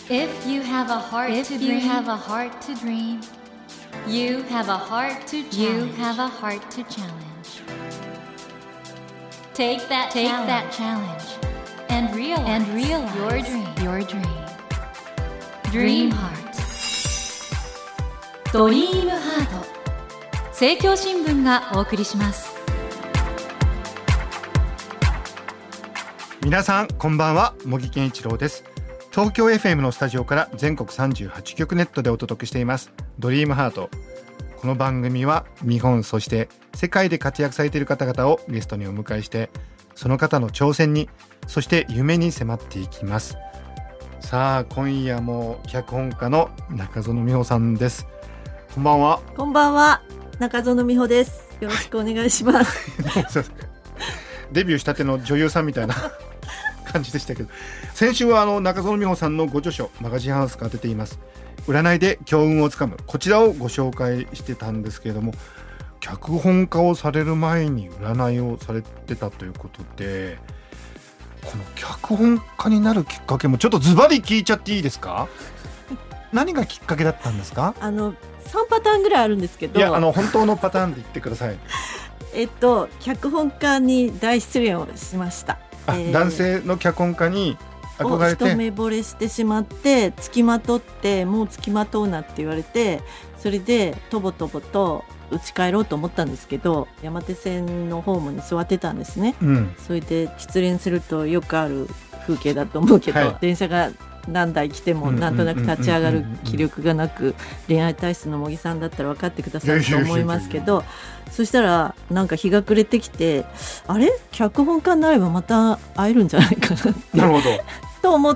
If you have a heart to dream, you have a heart to dream. You have a heart to challenge. You have a heart to challenge. Take that challenge and realize your dream. Dream Heart. ドリームハート。政教新聞がお送りします。 皆さんこんばんは、茂木健一郎です。東京 FM のスタジオから全国38局ネットでお届けしていますドリームハート。この番組は日本そして世界で活躍されている方々をゲストにお迎えして、その方の挑戦にそして夢に迫っていきます。さあ今夜も脚本家の中園美穂さんです。こんばんは。 こんばんは、中園美穂です。よろしくお願いしますデビューしたての女優さんみたいな感じでしたけど、先週は中園美穂さんのご著書マガジンハウスが出ています占いで強運をつかむ、こちらをご紹介してたんですけれども、脚本家をされる前に占いをされてたということで、この脚本家になるきっかけもちょっとズバリ聞いちゃっていいですか？何がきっかけだったんですか ？3パターンぐらいあるんですけど、 いや本当のパターンで言ってください脚本家に大失恋をしました。 男性の脚本家に憧れて一目惚れしてしまって、付きまとって、もう付きまとうなって言われて、それでとぼとぼと家帰ろうと思ったんですけど、山手線のホームに座ってたんですね、それで失恋するとよくある風景だと思うけど、電車が何台来てもなんとなく立ち上がる気力がなく、恋愛体質の茂木さんだったら分かってくださると思いますけど、そしたらなんか日が暮れてきて、あれ脚本家になればまた会えるんじゃないかなってなるほどと思って、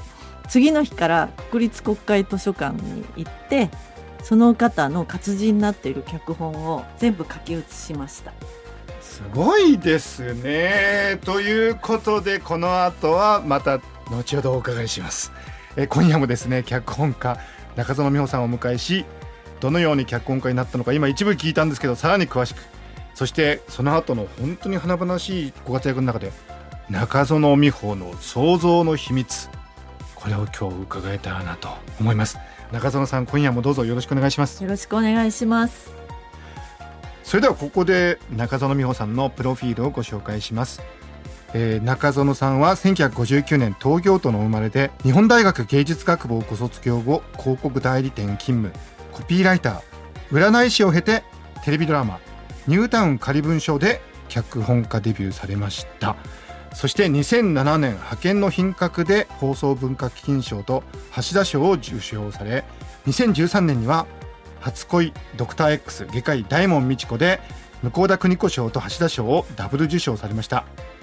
次の日から国立国会図書館に行って、その方の活字になっている脚本を全部書き写しました。 すごいですね。ということでこの後はまた後ほどお伺いします。今夜もですね、脚本家中園美穂さんをお迎えし、どのように脚本家になったのか今一部聞いたんですけど、さらに詳しく、そしてその後の本当に華々しいご活躍の中で中園美穂の創造の秘密、これを今日伺えたらなと思います。中園さん、今夜もどうぞよろしくお願いします。 よろしくお願いします。 それではここで中園美穂さんのプロフィールをご紹介します。中園さんは1959年東京都の生まれで、日本大学芸術学部をご卒業後、広告代理店勤務、コピーライター、占い師を経てテレビドラマニュータウン仮文書で脚本家デビューされました。そして2007年派遣の品格で放送文化基金賞と橋田賞を受賞され、2013年には初恋ドクター X 外科医大門未知子で向田邦子賞と橋田賞をダブル受賞されました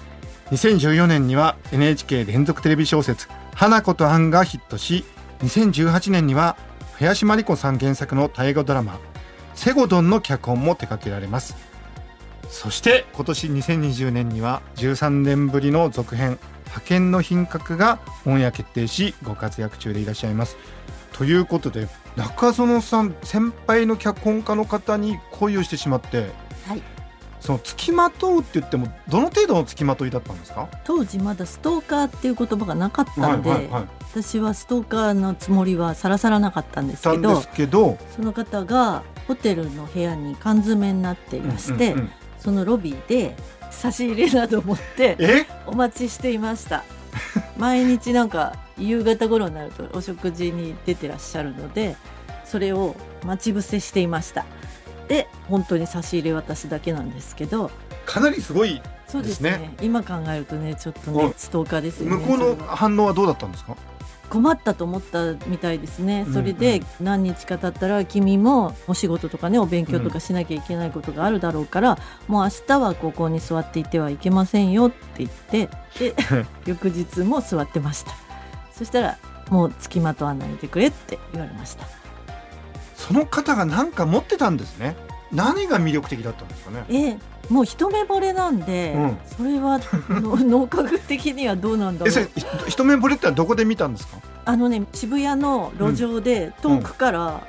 。2014年には NHK 連続テレビ小説花子とアンがヒットし、2018年には林真理子さん原作の大河ドラマセゴドンの脚本も手掛けられます。そして今年2020年には13年ぶりの続編派遣の品格がオンエア決定し、ご活躍中でいらっしゃいます。ということで中園さん、先輩の脚本家の方に恋をしてしまって、 はい、 その付きまとうって言ってもどの程度の付きまといだったんですか？ 当時まだストーカーっていう言葉がなかったんで、私はストーカーのつもりはさらさらなかったんですけど、その方がホテルの部屋に缶詰になっていまして、そのロビーで差し入れなど持ってお待ちしていました毎日なんか夕方頃になるとお食事に出てらっしゃるので、それを待ち伏せしていました。で本当に差し入れ私だけなんですけど、 かなりすごいですね。 そうですね、今考えるとね、ちょっとねストーカーですよね。 向こうの反応はどうだったんですか？ 困ったと思ったみたいですね。それで何日か経ったら、君もお仕事とかね、お勉強とかしなきゃいけないことがあるだろうから、もう明日はここに座っていてはいけませんよって言って、で翌日も座ってました。そしたらもう付きまとわないでくれって言われました。 その方が何か持ってたんですね。何が魅力的だったんですかね？ もう一目惚れなんで、それは脳科学的にはどうなんだろう。 一目惚れってどこで見たんですか？ 渋谷の路上で遠くから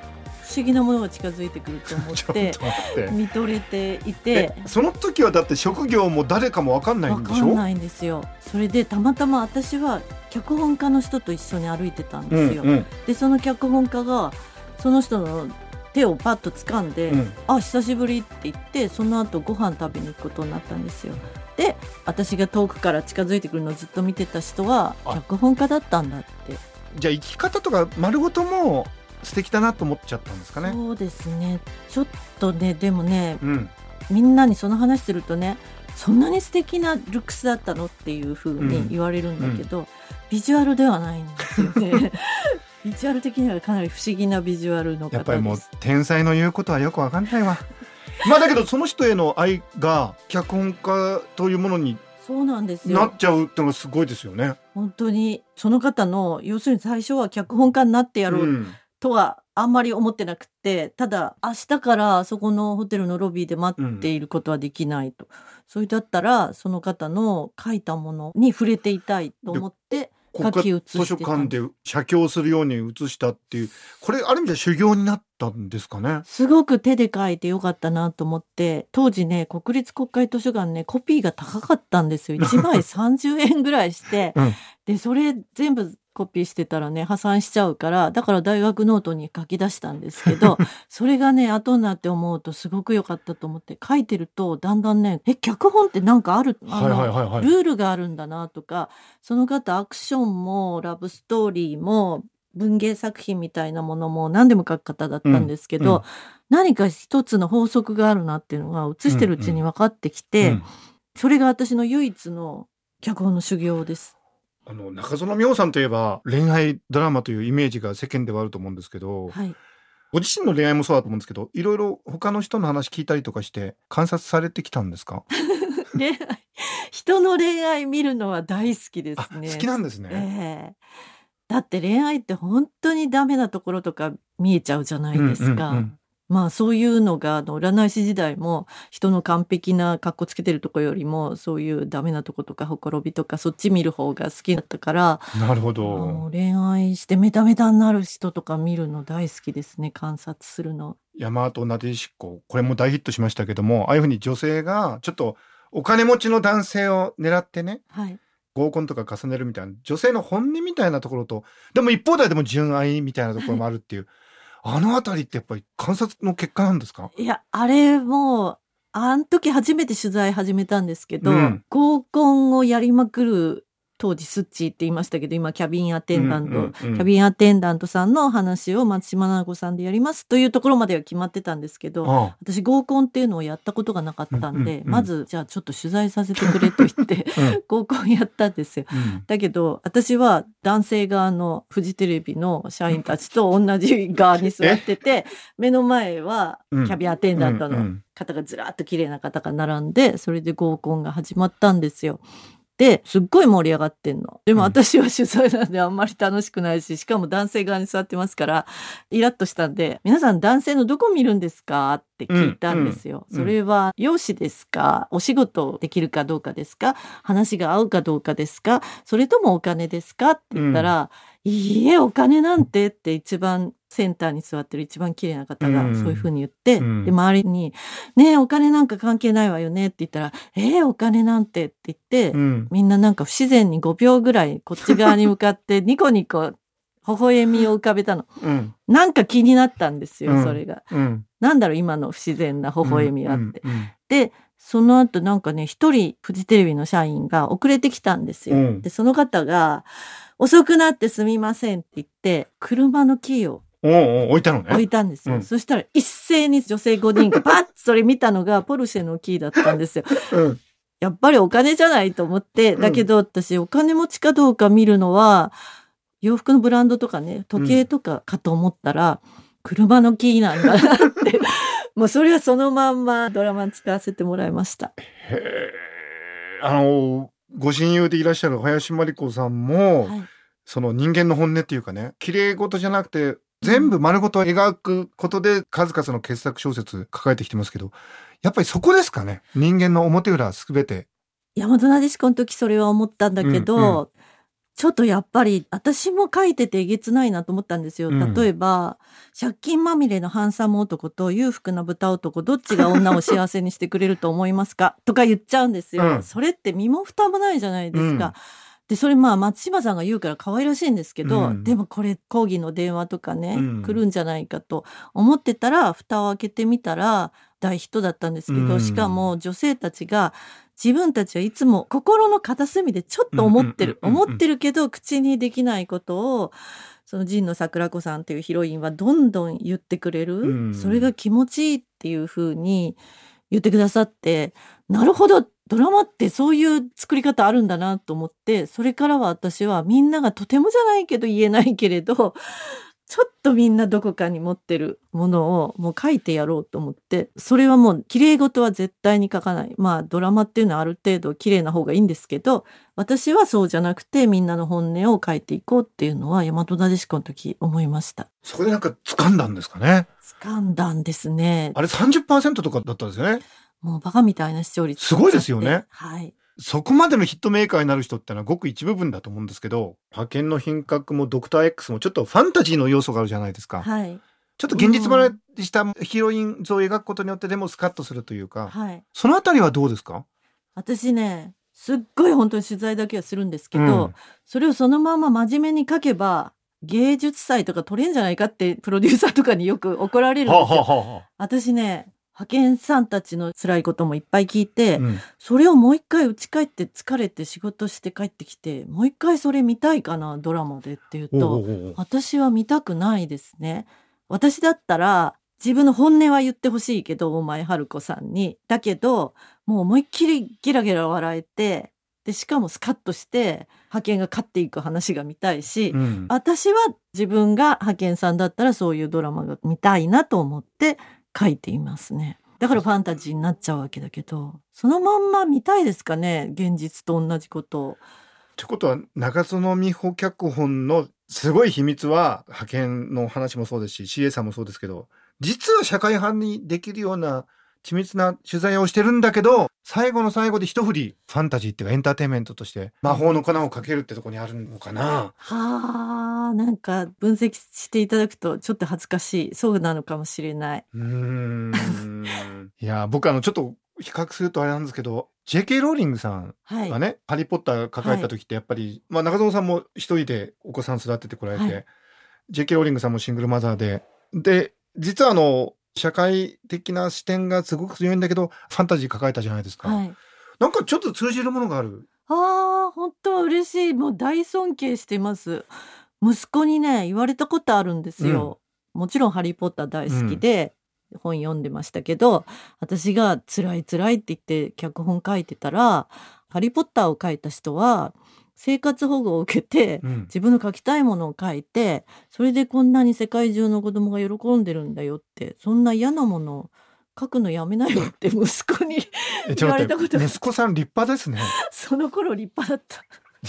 不思議なものが近づいてくると思って見とれていて、 その時はだって職業も誰かも分かんないんでしょ。 分かんないんですよ。それでたまたま私は脚本家の人と一緒に歩いてたんですよ、でその脚本家がその人の手をパッと掴んで、あ久しぶりって言って、その後ご飯食べに行くことになったんですよ。で私が遠くから近づいてくるのをずっと見てた人は脚本家だったんだって。 じゃあ生き方とか丸ごとも素敵だなと思っちゃったんですかね。 そうですね。ちょっとねでもね、みんなにその話するとね、そんなに素敵なルックスだったのっていう風に言われるんだけど、ビジュアルではないんですよねビジュアル的にはかなり不思議なビジュアルの方です。 やっぱりもう天才の言うことはよくわかんないわまあだけどその人への愛が脚本家というものにそうなんですよ。 なっちゃうってのがすごいですよね。 本当にその方の要するに最初は脚本家になってやろうとはあんまり思ってなくて、ただ明日からそこのホテルのロビーで待っていることはできないと、それだったらその方の書いたものに触れていたいと思って書き写してた。 図書館で写経するように写したっていう、これある意味で修行になったんですかね。 すごく手で書いてよかったなと思って、当時ね国立国会図書館ねコピーが高かったんですよ。1枚30円ぐらいして、でそれ全部コピーしてたらね破産しちゃうから、だから大学ノートに書き出したんですけどそれがね後になって思うとすごく良かったと思って、書いてるとだんだんね脚本ってなんかあるルールがあるんだなとか、その方アクションもラブストーリーも文芸作品みたいなものも何でも書く方だったんですけど、何か一つの法則があるなっていうのが写してるうちに分かってきて、それが私の唯一の脚本の修行です。 中園美穂さんといえば恋愛ドラマというイメージが世間ではあると思うんですけど、ご自身の恋愛もそうだと思うんですけど、いろいろ他の人の話聞いたりとかして観察されてきたんですか恋愛、人の恋愛見るのは大好きですね。 好きなんですね、 だって恋愛って本当にダメなところとか見えちゃうじゃないですか、まあそういうのが占い師時代も人の完璧な格好つけてるところよりもそういうダメなとことかほころびとかそっち見る方が好きだったから、 なるほど。 恋愛してメタメタになる人とか見るの大好きですね。観察するの。 大和なでしこ、これも大ヒットしましたけども、ああいうふうに女性がちょっとお金持ちの男性を狙ってね、合コンとか重ねるみたいな女性の本音みたいなところと、でも一方でも純愛みたいなところもあるっていうあのあたりってやっぱり観察の結果なんですか？ いや、あれもあの時初めて取材始めたんですけど、合コンをやりまくる当時スッチーって言いましたけど、今キャビンアテンダント、キャビンアテンダントさんの話を松島菜々子さんでやりますというところまでは決まってたんですけど、私合コンっていうのをやったことがなかったんで、まずじゃあちょっと取材させてくれと言って合コンやったんですよ、だけど私は男性側のフジテレビの社員たちと同じ側に座ってて目の前はキャビンアテンダントの方がずらっと綺麗な方が並んで、それで合コンが始まったんですよ。ですっごい盛り上がってんの。でも私は取材なんであんまり楽しくないし、しかも男性側に座ってますからイラッとしたんで、皆さん男性のどこ見るんですかって聞いたんですよ、それは容姿ですか、お仕事できるかどうかですか、話が合うかどうかですか、それともお金ですかって言ったら、いいえお金なんてって一番センターに座ってる一番綺麗な方がそういう風に言って、で周りにねえお金なんか関係ないわよねって言ったらお金なんてって言って、みんななんか不自然に5秒ぐらいこっち側に向かってニコニコ微笑みを浮かべたの、なんか気になったんですよそれが、なんだろう今の不自然な微笑みはって、でその後なんかね一人フジテレビの社員が遅れてきたんですよ、でその方が遅くなってすみませんって言って車のキーを置いたのね。 置いたんですよ、そしたら一斉に女性5人がパッそれ見たのがポルシェのキーだったんですよ、やっぱりお金じゃないと思って、だけど私お金持ちかどうか見るのは洋服のブランドとかね時計とかかと思ったら、車のキーなんだなってもうそれはそのまんまドラマに使わせてもらいました。 ご親友でいらっしゃる林真理子さんも、その人間の本音っていうかね、綺麗事じゃなくて全部丸ごと描くことで数々の傑作小説抱えてきてますけど、やっぱりそこですかね、人間の表裏すべて。 大和なでしこの時それは思ったんだけど、 ちょっとやっぱり私も書いててえげつないなと思ったんですよ。例えば、借金まみれのハンサム男と裕福な豚男、どっちが女を幸せにしてくれると思いますかとか言っちゃうんですよ。それって身も蓋もないじゃないですか。でそれ松島さんが言うから可愛らしいんですけど、でもこれ抗議の電話とかね、来るんじゃないかと思ってたら、蓋を開けてみたら大ヒットだったんですけど、しかも女性たちが自分たちはいつも心の片隅でちょっと思ってるけど口にできないことを、その神野桜子さんっていうヒロインはどんどん言ってくれる、それが気持ちいいっていう風に言ってくださって、なるほど、ドラマってそういう作り方あるんだなと思って、それからは私はみんながとてもじゃないけど言えないけれど、ちょっとみんなどこかに持ってるものをもう書いてやろうと思って、それはもう綺麗事は絶対に書かない。ドラマっていうのはある程度綺麗な方がいいんですけど、私はそうじゃなくてみんなの本音を書いていこうっていうのは大和なでしこの時思いました。 そこでなんか掴んだんですかね。 掴んだんですね。 あれ 30% とかだったんですよね。 もうバカみたいな視聴率。 すごいですよね。 はい。 そこまでのヒットメーカーになる人ってのはごく一部分だと思うんですけど、派遣の品格もドクター X もちょっとファンタジーの要素があるじゃないですか。 はい。 ちょっと現実離れしたヒロイン像を描くことによってでもスカッとするというか、 はい、 そのあたりはどうですか？ 私ね、すっごい本当に取材だけはするんですけど、それをそのまま真面目に書けば芸術祭とか取れんじゃないかってプロデューサーとかによく怒られるんですよ。私ね、派遣さんたちの辛いこともいっぱい聞いて、それをもう一回家帰って疲れて仕事して帰ってきて、もう一回それ見たいかなドラマでっていうと、私は見たくないですね。私だったら自分の本音は言ってほしいけど、大前春子さんにだけど、もう思いっきりゲラゲラ笑えて、でしかもスカッとして派遣が勝っていく話が見たいし、私は自分が派遣さんだったらそういうドラマが見たいなと思って書いていますね。だからファンタジーになっちゃうわけだけど、そのまんま見たいですかね、現実と同じことを。 ってことは中園美穂脚本のすごい秘密は、派遣の話もそうですし CA さんもそうですけど、実は社会派にできるような緻密な取材をしてるんだけど、最後の最後で一振りファンタジーっていうかエンターテインメントとして魔法の粉をかけるってところにあるのかな。 なんか分析していただくとちょっと恥ずかしい。そうなのかもしれない。 いや僕ちょっと比較するとあれなんですけど、 JK ローリングさんがね、ハリーポッター抱えた時ってやっぱり、中園さんも一人でお子さん育ててこられて、JK ローリングさんもシングルマザーで実は社会的な視点がすごく強いんだけどファンタジー抱えたじゃないですか。なんかちょっと通じるものがある。 本当嬉しい。もう大尊敬してます。息子にね言われたことあるんですよ。もちろんハリーポッター大好きで、本読んでましたけど、私が辛いって言って脚本書いてたら、ハリーポッターを書いた人は生活保護を受けて、自分の書きたいものを書いて、それでこんなに世界中の子供が喜んでるんだよって、そんな嫌なものを書くのやめなよって息子に言われたことが。 息子さん立派ですね。 その頃立派だった。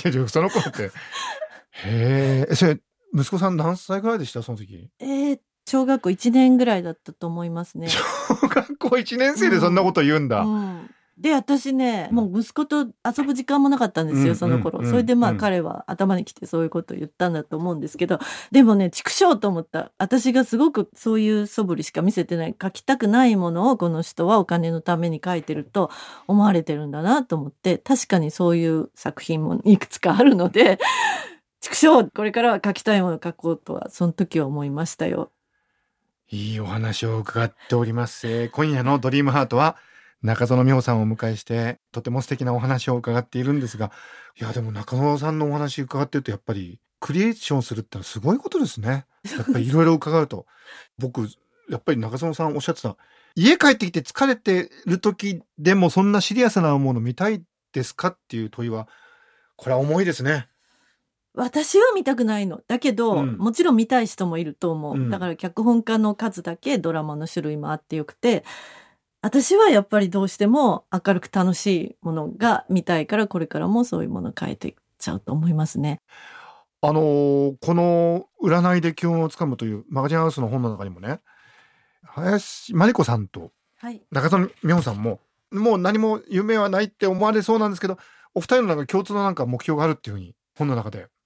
いやその頃ってそれ息子さん何歳ぐらいでしたその時？ 小学校1年ぐらいだったと思いますね。 小学校1年生でそんなこと言うんだ。 で私ね、もう息子と遊ぶ時間もなかったんですよ、その頃。それで彼は頭にきてそういうことを言ったんだと思うんですけど、でもね、畜生と思った。私がすごくそういう素振りしか見せてない、書きたくないものをこの人はお金のために書いてると思われてるんだなと思って、確かにそういう作品もいくつかあるので畜生、これからは書きたいものを書こうとはその時は思いましたよ。 いいお話を伺っております。今夜のドリームハートは中園美穂さんをお迎えしてとても素敵なお話を伺っているんですが、いやでも中園さんのお話伺ってるとやっぱりクリエーションするってのはすごいことですね。やっぱりいろいろ伺うと僕やっぱり中園さんおっしゃってた、家帰ってきて疲れてる時でもそんなシリアスなもの見たいですかっていう問いは、これは重いですね。 私は見たくないのだけど、もちろん見たい人もいると思う、だから脚本家の数だけドラマの種類もあってよくて、私はやっぱりどうしても明るく楽しいものが見たいから、これからもそういうものを変えていっちゃうと思いますね。 この占いで気運をつかむというマガジンハウスの本の中にもね、林真理子さんと中園美穂さんも、もう何も夢はないって思われそうなんですけど、お二人の共通の目標があるっていうふうに本の中で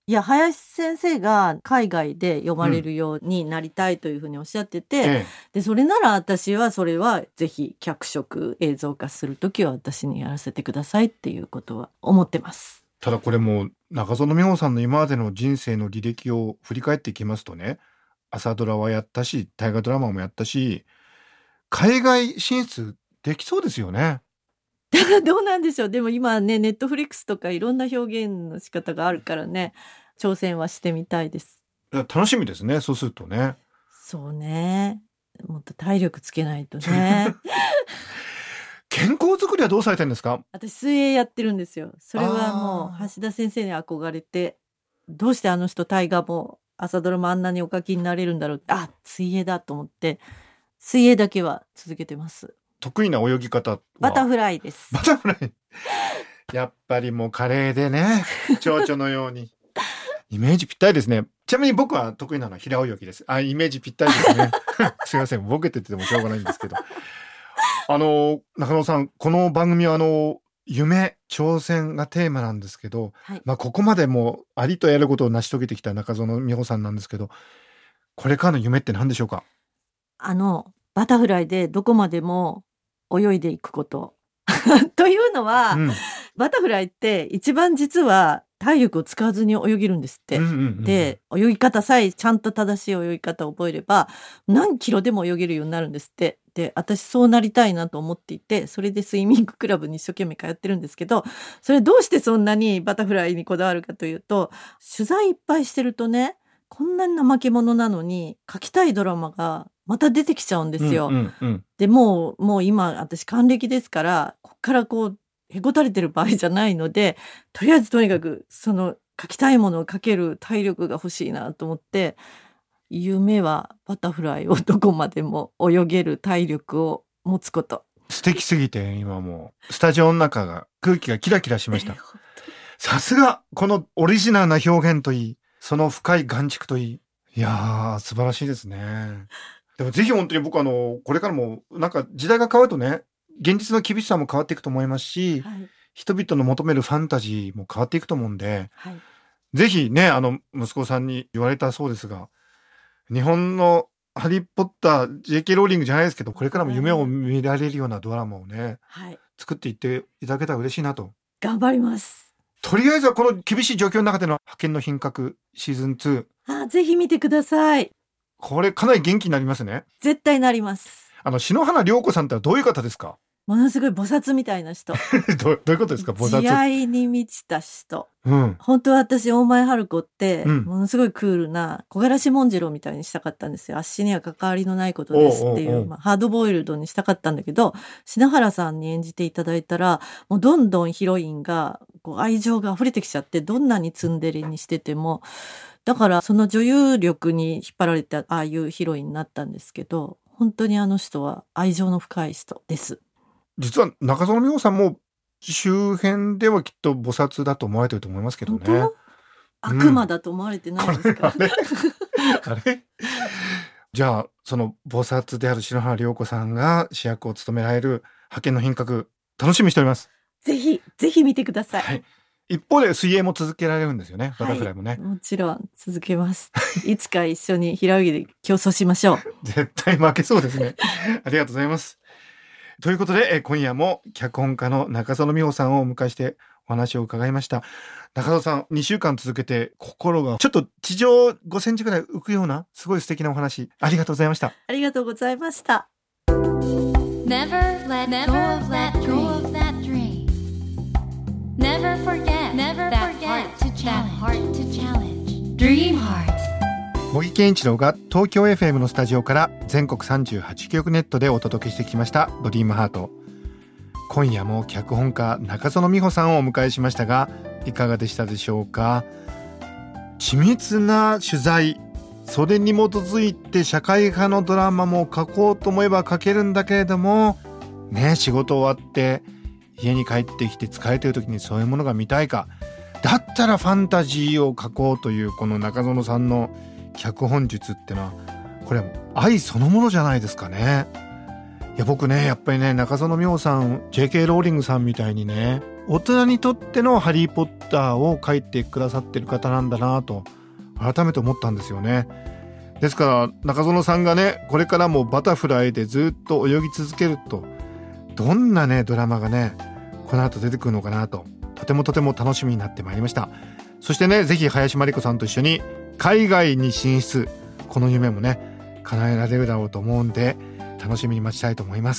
いや、林先生が海外で読まれるようになりたいというふうにおっしゃってて、でそれなら私はそれはぜひ脚色映像化するときは私にやらせてくださいっていうことは思ってます。 ただこれも中園美穂さんの今までの人生の履歴を振り返っていきますとね、朝ドラはやったし大河ドラマもやったし、海外進出できそうですよね。 どうなんでしょう。でも今ね、ネットフリックスとかいろんな表現の仕方があるからね、挑戦はしてみたいです。 楽しみですね、そうするとね。 そうね、もっと体力つけないとね。 健康づくりはどうされてるんですか？ 私水泳やってるんですよ。それはもう橋田先生に憧れて、どうしてあの人大河も朝ドラもあんなにお書きになれるんだろうって、水泳だと思って水泳だけは続けてます。 得意な泳ぎ方はバタフライです。 バタフライやっぱりもう華麗でね、蝶々のようにイメージぴったりですね。ちなみに僕は得意なのは平泳ぎです。イメージぴったりですね。すいません、ボケててもしょうがないんですけど、中野さん、この番組は夢挑戦がテーマなんですけど、はい、ここまでもうありとやることを成し遂げてきた中園美穂さんなんですけど、これからの夢って何でしょうか？ バタフライでどこまでも泳いでいくことというのは、バタフライって一番実は体力を使わずに泳げるんですって、で泳ぎ方さえちゃんと正しい泳ぎ方を覚えれば何キロでも泳げるようになるんですって。で私そうなりたいなと思っていて、それでスイミングクラブに一生懸命通ってるんですけど、それどうしてそんなにバタフライにこだわるかというと、取材いっぱいしてるとね、こんなに怠け者なのに書きたいドラマがまた出てきちゃうんですよ。でもう今私還暦ですから、こっからへこたれてる場合じゃないので、とりあえずとにかくその書きたいものを書ける体力が欲しいなと思って、夢はバタフライをどこまでも泳げる体力を持つこと。 素敵すぎて今もうスタジオの中が空気がキラキラしました。さすがこのオリジナルな表現といい、その深い眼蓄といい、いやー素晴らしいですね。でもぜひ本当に僕これからもなんか時代が変わるとね、現実の厳しさも変わっていくと思いますし、人々の求めるファンタジーも変わっていくと思うんで、ぜひね、息子さんに言われたそうですが、日本のハリーポッター JK ローリングじゃないですけど、これからも夢を見られるようなドラマをね、作っていっていただけたら嬉しいなと。 頑張ります。 とりあえずはこの厳しい状況の中での派遣の品格シーズン2、 ぜひ見てください。これかなり元気になりますね。 絶対なります。 篠原涼子さんってどういう方ですか？ ものすごい菩薩みたいな人。 どういうことですか？菩薩。 慈愛に満ちた人。本当は私大前春子って、ものすごいクールな小柄志文次郎みたいにしたかったんですよ。あっしには関わりのないことですっていう、ハードボイルドにしたかったんだけど、篠原さんに演じていただいたら、もうどんどんヒロインが愛情が溢れてきちゃって、どんなにツンデレにしてても、だからその女優力に引っ張られてああいうヒロインになったんですけど、本当にあの人は愛情の深い人です。 実は中園美穂さんも周辺ではきっと菩薩だと思われてると思いますけどね。 本当？悪魔だと思われてないですか？ あれじゃあその菩薩である篠原涼子さんが主役を務められる派遣の品格、楽しみにしております。 ぜひぜひ見てください。 一方で水泳も続けられるんですよね、バタフライもね。 もちろん続けます。いつか一緒に平泳ぎで競争しましょう。 絶対負けそうですね。ありがとうございます。ということで、今夜も脚本家の中園美穂さんをお迎えしてお話を伺いました。中園さん、2週間続けて心がちょっと地上5センチぐらい浮くようなすごい素敵なお話、ありがとうございました。 ありがとうございました。 Never let go of that dream. Never forget that heart to challenge. Dream heart. 茂木健一郎が東京 FM のスタジオから全国38局ネットでお届けしてきましたドリームハート。今夜も脚本家中園美穂さんをお迎えしましたが、いかがでしたでしょうか？緻密な取材、それに基づいて社会派のドラマも書こうと思えば書けるんだけれどもね、仕事終わって家に帰ってきて疲れてる時にそういうものが見たいか、だったらファンタジーを書こうというこの中園さんの脚本術ってのは、これ愛そのものじゃないですかね。いや僕ね、やっぱりね、中園美穂さん JK ローリングさんみたいにね、 大人にとってのハリーポッターを書いてくださってる方なんだなと改めて思ったんですよね。ですから中園さんがね、これからもバタフライでずっと泳ぎ続けると、どんなねドラマがねこの後出てくるのかなと、とても楽しみになってまいりました。そしてね、ぜひ林真理子さんと一緒に海外に進出、この夢もね叶えられるだろうと思うんで、楽しみに待ちたいと思います。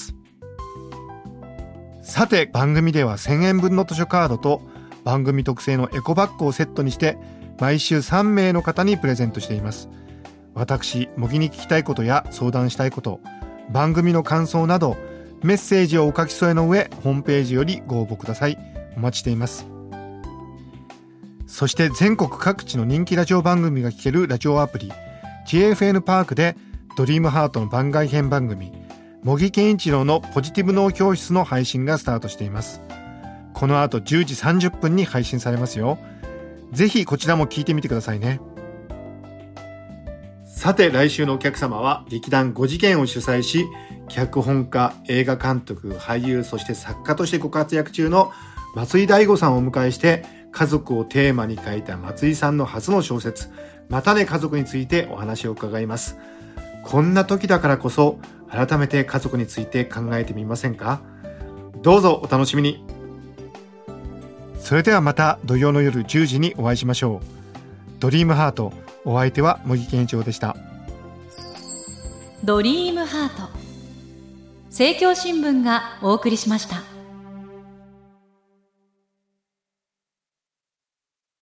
さて、番組では1000円分の図書カードと番組特製のエコバッグをセットにして毎週3名の方にプレゼントしています。私模擬に聞きたいことや相談したいこと、番組の感想などメッセージをお書き添えの上、ホームページよりご応募ください。お待ちしています。そして全国各地の人気ラジオ番組が聴けるラジオアプリ TFN パークでドリームハートの番外編番組茂木健一郎のポジティブ脳教室の配信がスタートしています。この後10時30分に配信されますよ。ぜひこちらも聞いてみてくださいね。さて、来週のお客様は劇団5次元を主催し、脚本家、映画監督、俳優、そして作家としてご活躍中の松井大吾さんをお迎えして、家族をテーマに書いた松井さんの初の小説、またね家族についてお話を伺います。こんな時だからこそ改めて家族について考えてみませんか？どうぞお楽しみに。それではまた土曜の夜10時にお会いしましょう。ドリームハート、お相手は茂木健一郎でした。 ドリームハート、政教新聞がお送りしました。